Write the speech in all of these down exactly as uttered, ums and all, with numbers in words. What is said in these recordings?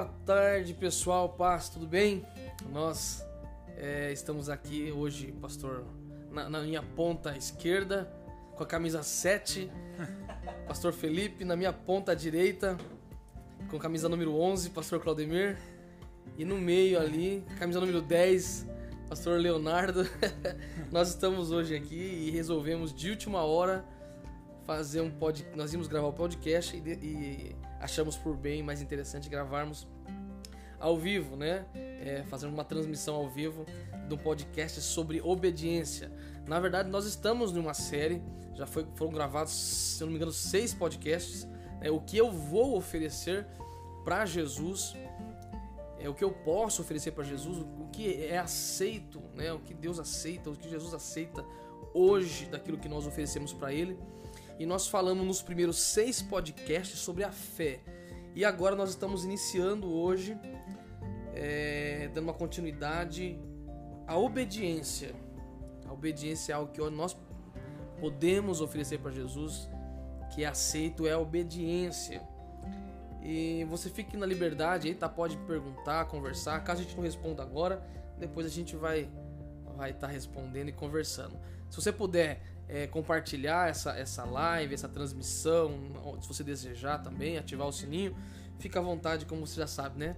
Boa tarde, pessoal. Paz, tudo bem? Nós é, estamos aqui hoje, pastor, na, na minha ponta esquerda, com a camisa sete, pastor Felipe, na minha ponta direita, com a camisa número onze, pastor Claudemir, e no meio ali, camisa número dez, pastor Leonardo. Nós estamos hoje aqui e resolvemos de última hora fazer um podcast. Nós íamos gravar o podcast e, e achamos por bem mais interessante gravarmos ao vivo, né? É, fazer uma transmissão ao vivo de um podcast sobre obediência. Na verdade, nós estamos numa série, já foi, foram gravados, se eu não me engano, seis podcasts. Né? O que eu vou oferecer para Jesus, é o que eu posso oferecer para Jesus, o que é aceito, né? O que Deus aceita, o que Jesus aceita hoje daquilo que nós oferecemos para Ele. E nós falamos nos primeiros seis podcasts sobre a fé. E agora nós estamos iniciando hoje, é, dando uma continuidade à obediência. A obediência é algo que nós podemos oferecer para Jesus, que é aceito, é a obediência. E você fique na liberdade aí, tá? Pode perguntar, conversar. Caso a gente não responda agora, depois a gente vai vai estar tá respondendo e conversando. Se você puder é, compartilhar essa, essa live, essa transmissão, se você desejar também, ativar o sininho, fica à vontade, como você já sabe, né?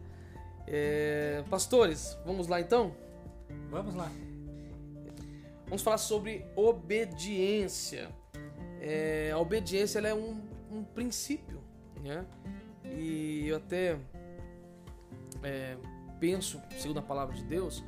É, pastores, vamos lá então? Vamos lá. Vamos falar sobre obediência. É, a obediência ela é um, um princípio, né? E eu até é, penso, segundo a palavra de Deus,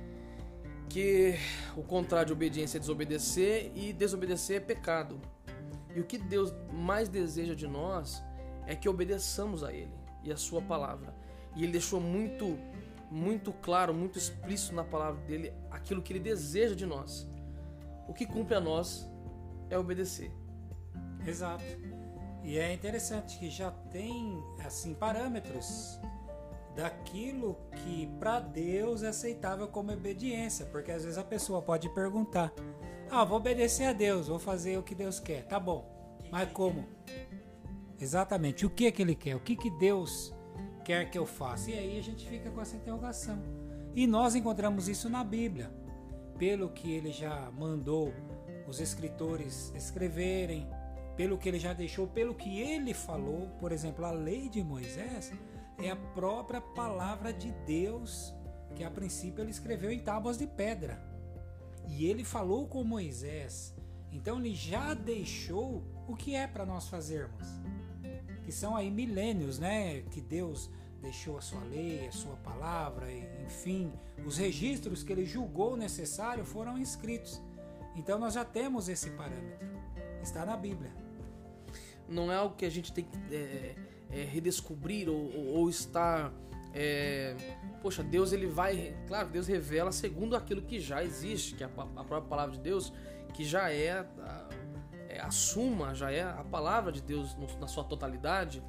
que o contrário de obediência é desobedecer, e desobedecer é pecado. E o que Deus mais deseja de nós é que obedeçamos a Ele e a Sua palavra. E Ele deixou muito, muito claro, muito explícito na palavra dele aquilo que Ele deseja de nós. O que cumpre a nós é obedecer. Exato. E é interessante que já tem assim parâmetros daquilo que para Deus é aceitável como obediência, porque às vezes a pessoa pode perguntar: ah, vou obedecer a Deus, vou fazer o que Deus quer, tá bom, mas como? Exatamente, o que é que Ele quer? O que que Deus quer que eu faça? E aí a gente fica com essa interrogação. E nós encontramos isso na Bíblia, pelo que Ele já mandou os escritores escreverem, pelo que Ele já deixou, pelo que Ele falou. Por exemplo, a lei de Moisés é a própria palavra de Deus, que a princípio Ele escreveu em tábuas de pedra. E Ele falou com Moisés. Então Ele já deixou o que é para nós fazermos. Que são aí milênios, né? Que Deus deixou a sua lei, a sua palavra, enfim. Os registros que Ele julgou necessário foram escritos. Então nós já temos esse parâmetro. Está na Bíblia. Não é algo que a gente tem que é, é, redescobrir ou, ou, ou estar... É, poxa, Deus ele vai... Claro, Deus revela segundo aquilo que já existe, que é a, a própria palavra de Deus, que já é a, é a suma, já é a palavra de Deus no, na sua totalidade.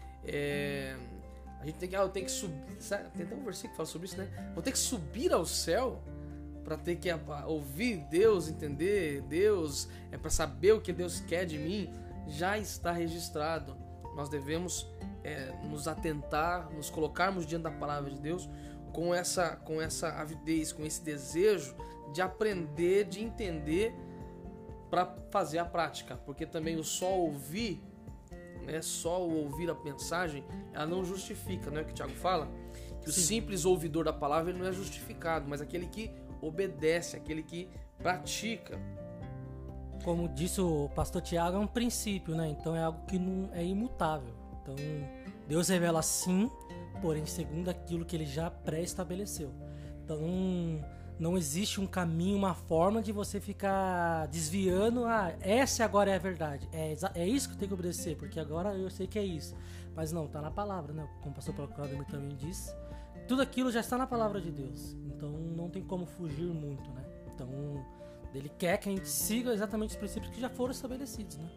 É, a gente tem que... Ah, eu tenho que subir... Sabe? Tem até um versículo que fala sobre isso, né? Vou ter que subir ao céu para ter que ouvir Deus, entender Deus, é para saber o que Deus quer de mim. Já está registrado. Nós devemos é, nos atentar, nos colocarmos diante da palavra de Deus com essa, com essa avidez, com esse desejo de aprender, de entender, para fazer a prática. Porque também o só ouvir, né, só o ouvir a mensagem, ela não justifica, não é o que o Tiago fala? Que Sim. O simples ouvidor da palavra ele não é justificado, mas aquele que obedece, aquele que pratica. Como disse o pastor Tiago, é um princípio, né? Então é algo que não é imutável. Então Deus revela sim, porém segundo aquilo que Ele já pré-estabeleceu. Então não existe um caminho, uma forma de você ficar desviando. Ah, essa agora é a verdade. É, é isso que eu tenho que obedecer, porque agora eu sei que é isso. Mas não, está na palavra, né? Como o pastor Claudemir também disse. Tudo aquilo já está na palavra de Deus. Então não tem como fugir muito, né? Então... Ele quer que a gente siga exatamente os princípios que já foram estabelecidos, né?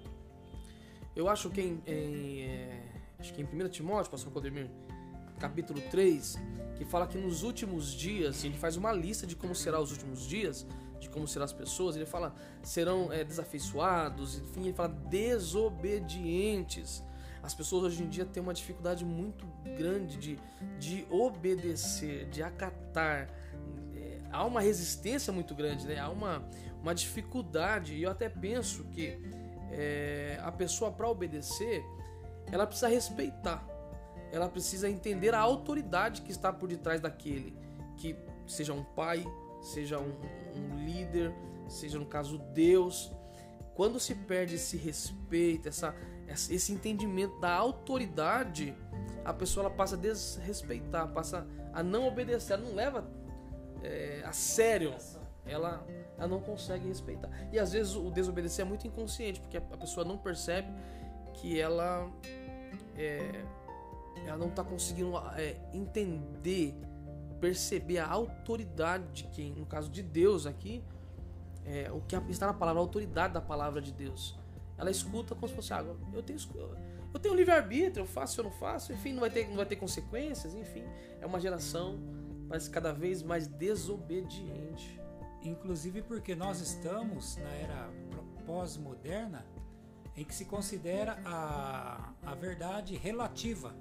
Eu acho que em, em, é, acho que em primeiro Timóteo, pastor Claudemir, capítulo três, que fala que nos últimos dias, ele faz uma lista de como serão os últimos dias, de como serão as pessoas. Ele fala, serão é, desafeiçoados, enfim, ele fala desobedientes, As pessoas hoje em dia têm uma dificuldade muito grande de, de obedecer, de acatar. É, há uma resistência muito grande, né? Há uma, uma dificuldade. E eu até penso que é, a pessoa, para obedecer, ela precisa respeitar. Ela precisa entender a autoridade que está por detrás daquele. Que seja um pai, seja um, um líder, seja no caso Deus. Quando se perde esse respeito, essa, esse entendimento da autoridade, a pessoa ela passa a desrespeitar, passa a não obedecer, ela não leva é, a sério, ela, ela não consegue respeitar. E às vezes o desobedecer é muito inconsciente, porque a pessoa não percebe que ela, é, ela não está conseguindo é, entender, perceber a autoridade de quem, no caso de Deus aqui, É, o que está na palavra, a autoridade da palavra de Deus. Ela escuta como se fosse água. Eu tenho, eu tenho livre-arbítrio, eu faço ou eu não faço, enfim, não vai ter, não vai ter consequências, enfim. É uma geração, mas cada vez mais desobediente. Inclusive porque nós estamos na era pós-moderna, em que se considera a, a verdade relativa.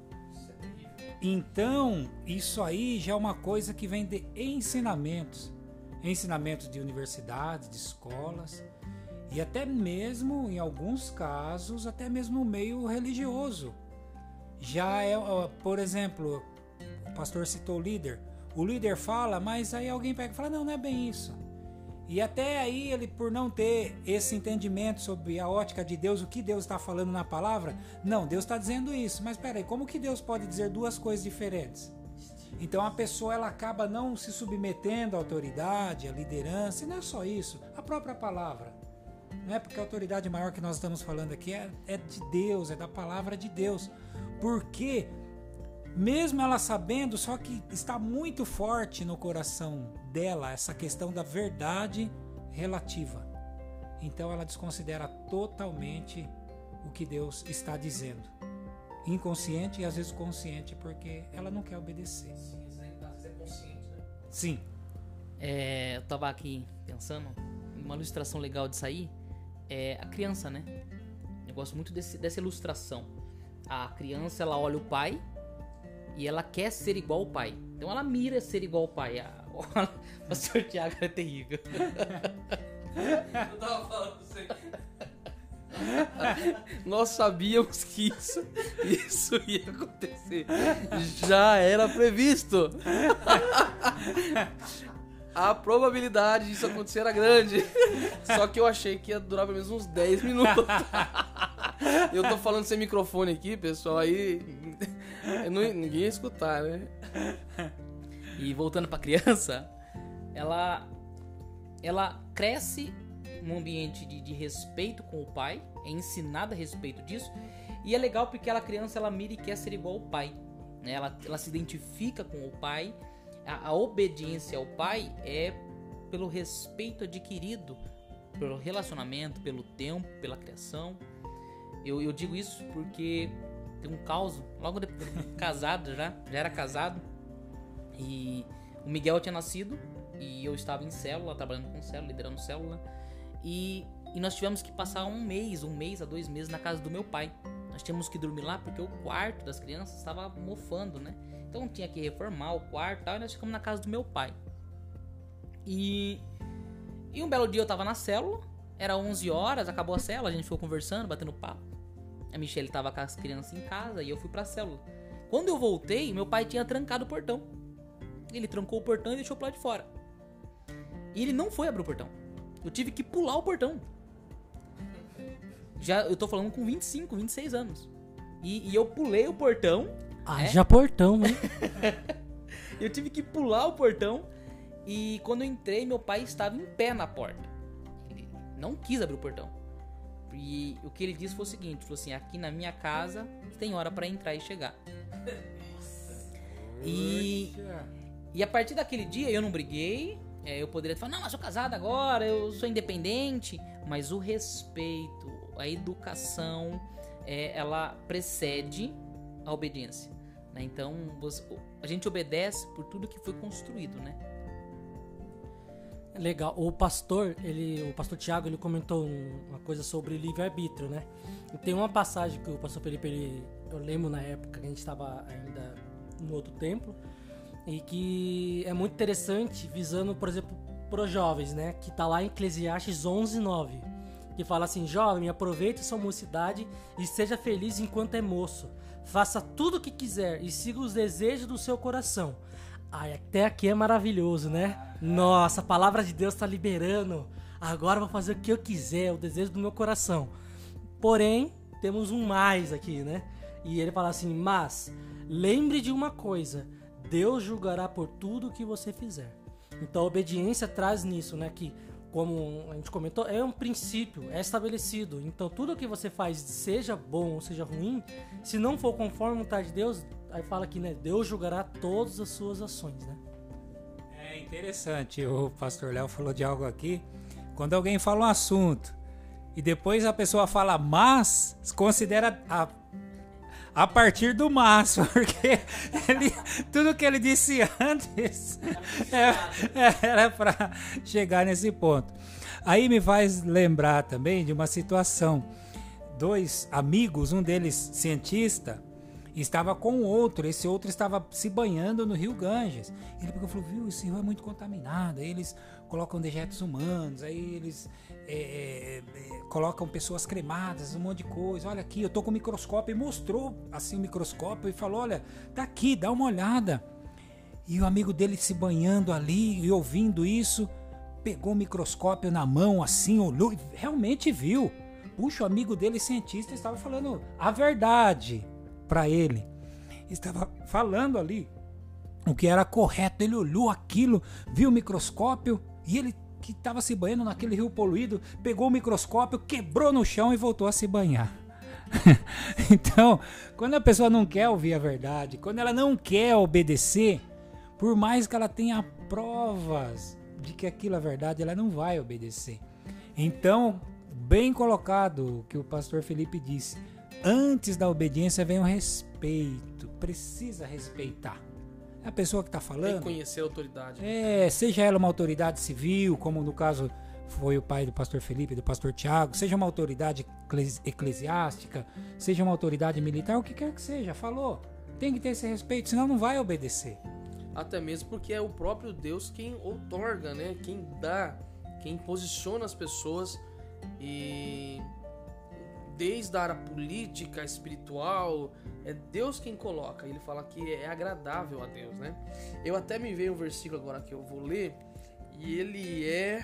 Então, isso aí já é uma coisa que vem de ensinamentos. Ensinamentos de universidades, de escolas e até mesmo, em alguns casos, até mesmo no meio religioso. Já é, por exemplo, o pastor citou o líder. O líder fala, mas aí alguém pega e fala, não, não é bem isso. E até aí ele, por não ter esse entendimento sobre a ótica de Deus, o que Deus está falando na palavra, não, Deus está dizendo isso, mas peraí, como que Deus pode dizer duas coisas diferentes? Então a pessoa ela acaba não se submetendo à autoridade, à liderança, e não é só isso, a própria palavra. Não é porque a autoridade maior que nós estamos falando aqui é, é de Deus, é da palavra de Deus. Porque, mesmo ela sabendo, só que está muito forte no coração dela essa questão da verdade relativa. Então ela desconsidera totalmente o que Deus está dizendo. Inconsciente e às vezes consciente, porque ela não quer obedecer. Sim, às vezes é consciente, né? Sim. É, eu tava aqui pensando, uma ilustração legal disso aí é a criança, né? Eu gosto muito desse, dessa ilustração. A criança, ela olha o pai e ela quer ser igual ao pai. Então ela mira ser igual ao pai. O pastor Tiago é terrível. Eu tava falando isso aí. Nós sabíamos que isso, isso ia acontecer. Já era previsto. A probabilidade disso acontecer era grande. Só que eu achei que ia durar pelo menos uns dez minutos. Eu tô falando sem microfone aqui, pessoal, aí não, ninguém ia escutar, né? E voltando pra criança, ela, ela cresce num ambiente de, de respeito com o pai, é ensinada a respeito disso, e é legal porque ela criança, ela mira e quer ser igual ao pai, né? ela, ela se identifica com o pai, a, a obediência ao pai é pelo respeito adquirido, pelo relacionamento, pelo tempo, pela criação. Eu, eu digo isso porque tem um caos, logo depois, casado já, já era casado, e o Miguel tinha nascido, e eu estava em célula, trabalhando com célula, liderando célula, E, e nós tivemos que passar um mês, um mês a dois meses na casa do meu pai. Nós tínhamos que dormir lá porque o quarto das crianças estava mofando, né? Então tinha que reformar o quarto e tal, e nós ficamos na casa do meu pai. E, e um belo dia eu tava na célula, era onze horas, acabou a célula, a gente ficou conversando, batendo papo. A Michelle tava com as crianças em casa e eu fui pra célula. Quando eu voltei, meu pai tinha trancado o portão. Ele trancou o portão e deixou pro lado de fora. E ele não foi abrir o portão. Eu tive que pular o portão. Já, eu tô falando com vinte e cinco, vinte e seis anos. E, e eu pulei o portão. Ah, é? já portão, né? Eu tive que pular o portão. E quando eu entrei, meu pai estava em pé na porta. Ele não quis abrir o portão. E o que ele disse foi o seguinte: falou assim, aqui na minha casa tem hora pra entrar e chegar. E, e a partir daquele dia eu não briguei. É, eu poderia falar, não, mas eu sou casado agora, eu sou independente. Mas o respeito, a educação, é, ela precede a obediência, né? Então, você, a gente obedece por tudo que foi construído, né? legal. O pastor, ele, o pastor Tiago, ele comentou um- uma coisa sobre livre-arbítrio, né? E tem uma passagem que o pastor Felipe, ele, eu lembro na época que a gente estava ainda no outro templo, e que é muito interessante, visando, por exemplo, para os jovens, né? Que tá lá em Eclesiastes onze, nove, que fala assim: jovem, aproveite sua mocidade e seja feliz enquanto é moço. Faça tudo o que quiser e siga os desejos do seu coração. Ai, até aqui é maravilhoso, né? Nossa, a palavra de Deus tá liberando. Agora eu vou fazer o que eu quiser, o desejo do meu coração. Porém, temos um mais aqui, né? E ele fala assim: mas lembre de uma coisa, Deus julgará por tudo o que você fizer. Então a obediência traz nisso, né? Que, como a gente comentou, é um princípio, é estabelecido. Então tudo o que você faz, seja bom ou seja ruim, se não for conforme a vontade de Deus, aí fala que, né, Deus julgará todas as suas ações, né? É interessante, o pastor Léo falou de algo aqui. Quando alguém fala um assunto e depois a pessoa fala mas, considera a, a partir do mas, porque ele, tudo que ele disse antes é, é, era para chegar nesse ponto. Aí me faz lembrar também de uma situação. Dois amigos, um deles cientista, estava com o outro, esse outro estava se banhando no rio Ganges. Ele pegou e falou: viu, esse rio é muito contaminado, aí eles colocam dejetos humanos, aí eles é, é, colocam pessoas cremadas, um monte de coisa. Olha aqui, eu tô com o microscópio, e mostrou assim o microscópio e falou: olha, tá aqui, dá uma olhada. E o amigo dele se banhando ali e ouvindo isso, pegou o microscópio na mão assim, olhou e realmente viu. Puxa, o amigo dele cientista estava falando a verdade para ele, estava falando ali o que era correto. Ele olhou aquilo, viu o microscópio, e ele, que estava se banhando naquele rio poluído, pegou o microscópio, quebrou no chão e voltou a se banhar. Então, quando a pessoa não quer ouvir a verdade, quando ela não quer obedecer, por mais que ela tenha provas de que aquilo é verdade, ela não vai obedecer. Então, bem colocado o que o pastor Felipe disse: antes da obediência vem o respeito. Precisa respeitar a pessoa que está falando. Reconhecer a autoridade. É, seja ela uma autoridade civil, como no caso foi o pai do pastor Felipe e do pastor Tiago, seja uma autoridade eclesiástica, seja uma autoridade militar, o que quer que seja, falou. Tem que ter esse respeito, senão não vai obedecer. Até mesmo porque é o próprio Deus quem outorga, né? Quem dá, quem posiciona as pessoas. E desde a área política, espiritual, é Deus quem coloca. Ele fala que é agradável a Deus, né? Eu até me veio um versículo agora que eu vou ler, e ele é...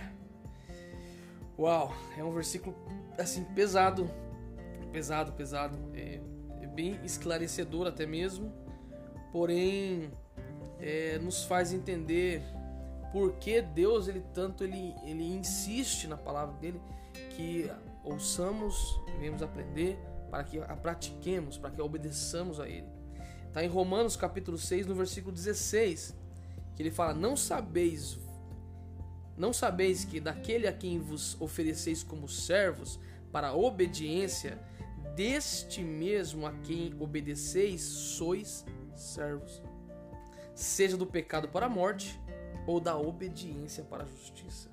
Uau! É um versículo, assim, pesado. Pesado, pesado. É, é bem esclarecedor até mesmo. Porém, é, nos faz entender por que Deus, ele tanto, ele, ele insiste na palavra dele, que ouçamos, venhamos aprender, para que a pratiquemos, para que a obedeçamos a ele. Está em Romanos capítulo seis, no versículo dezesseis, que ele fala: não sabeis, não sabeis que daquele a quem vos ofereceis como servos para a obediência, deste mesmo a quem obedeceis sois servos, seja do pecado para a morte ou da obediência para a justiça.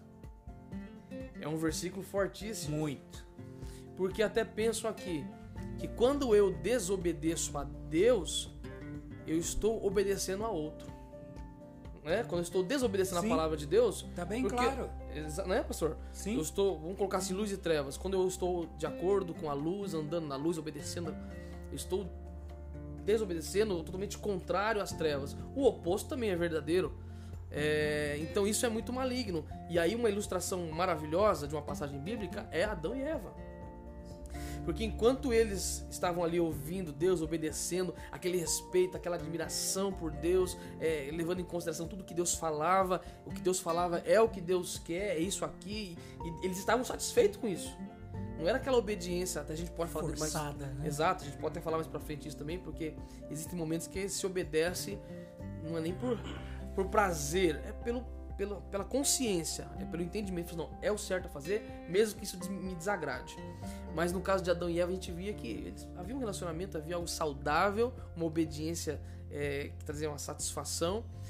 É um versículo fortíssimo. Muito. Porque até penso aqui que quando eu desobedeço a Deus, eu estou obedecendo a outro. Né? Quando eu estou desobedecendo Sim. a palavra de Deus... Tá bem porque, claro. Exa- né, pastor? Sim. Eu estou, vamos colocar assim, luz e trevas. Quando eu estou de acordo com a luz, andando na luz, obedecendo, eu estou desobedecendo, totalmente contrário às trevas. O oposto também é verdadeiro. É, então isso é muito maligno. E aí uma ilustração maravilhosa de uma passagem bíblica é Adão e Eva. Porque enquanto eles estavam ali ouvindo Deus, obedecendo, aquele respeito, aquela admiração por Deus, é, levando em consideração tudo que Deus falava, o que Deus falava é o que Deus quer, é isso aqui, e eles estavam satisfeitos com isso. Não era aquela obediência, até a gente pode falar forçada, mais, né? Exato, a gente pode até falar mais pra frente isso também, porque existem momentos que se obedece, não é nem por, por prazer, é pelo, pelo, pela consciência, é pelo entendimento, não, é o certo a fazer, mesmo que isso me desagrade. Mas no caso de Adão e Eva, a gente via que eles, havia um relacionamento, havia algo saudável, uma obediência é, que trazia uma satisfação,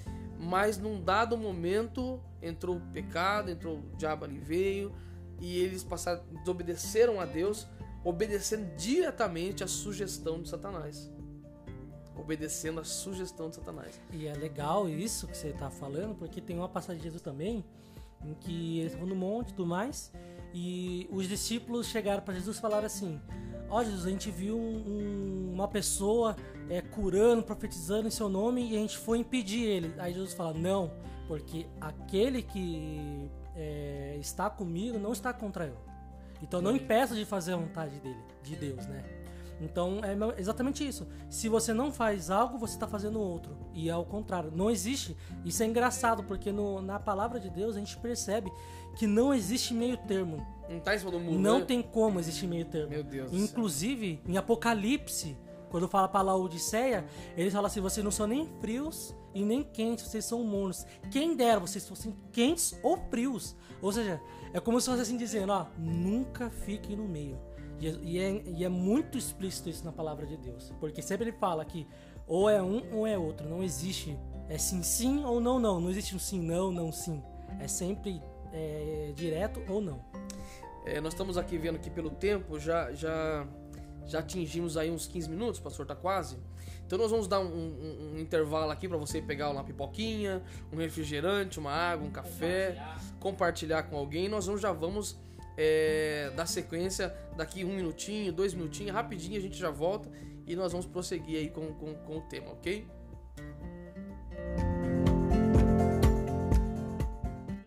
mas num dado momento entrou o pecado, entrou o diabo ali, veio, e eles passaram, desobedeceram a Deus, obedecendo diretamente à sugestão de Satanás. Obedecendo à sugestão de Satanás. E é legal isso que você está falando, porque tem uma passagem de Jesus também, em que eles estavam no monte e tudo mais, e os discípulos chegaram para Jesus e falaram assim: ó oh, Jesus, a gente viu um, um, uma pessoa é, curando, profetizando em seu nome, e a gente foi impedir ele. Aí Jesus fala: não, porque aquele que é, está comigo não está contra eu. Então não impeça de fazer a vontade dele, de Deus, né? Então é exatamente isso. Se você não faz algo, você está fazendo outro. E é ao contrário. Não existe. Isso é engraçado, porque no, na palavra de Deus a gente percebe que não existe meio termo. Não tá em cima do muro, Não né? tem como existir meio termo. Meu Deus do Inclusive, em Apocalipse, quando fala para Laodiceia, eles falam assim: vocês não são nem frios e nem quentes, vocês são mornos. Quem dera vocês fossem quentes ou frios. Ou seja, é como se fosse assim dizendo: ó, nunca fiquem no meio. E é, e é muito explícito isso na palavra de Deus, porque sempre ele fala que ou é um ou é outro, não existe é sim sim ou não não, não existe um sim não, não sim, é sempre é, direto ou não. É, nós estamos aqui vendo que pelo tempo já, já, já atingimos aí uns quinze minutos, pastor, tá quase. Então nós vamos dar um, um, um intervalo aqui para você pegar uma pipoquinha, um refrigerante, uma água, um café, compartilhar, compartilhar com alguém. Nós vamos, já vamos É, dar sequência daqui um minutinho, dois minutinhos, rapidinho a gente já volta e nós vamos prosseguir aí com, com, com o tema, ok?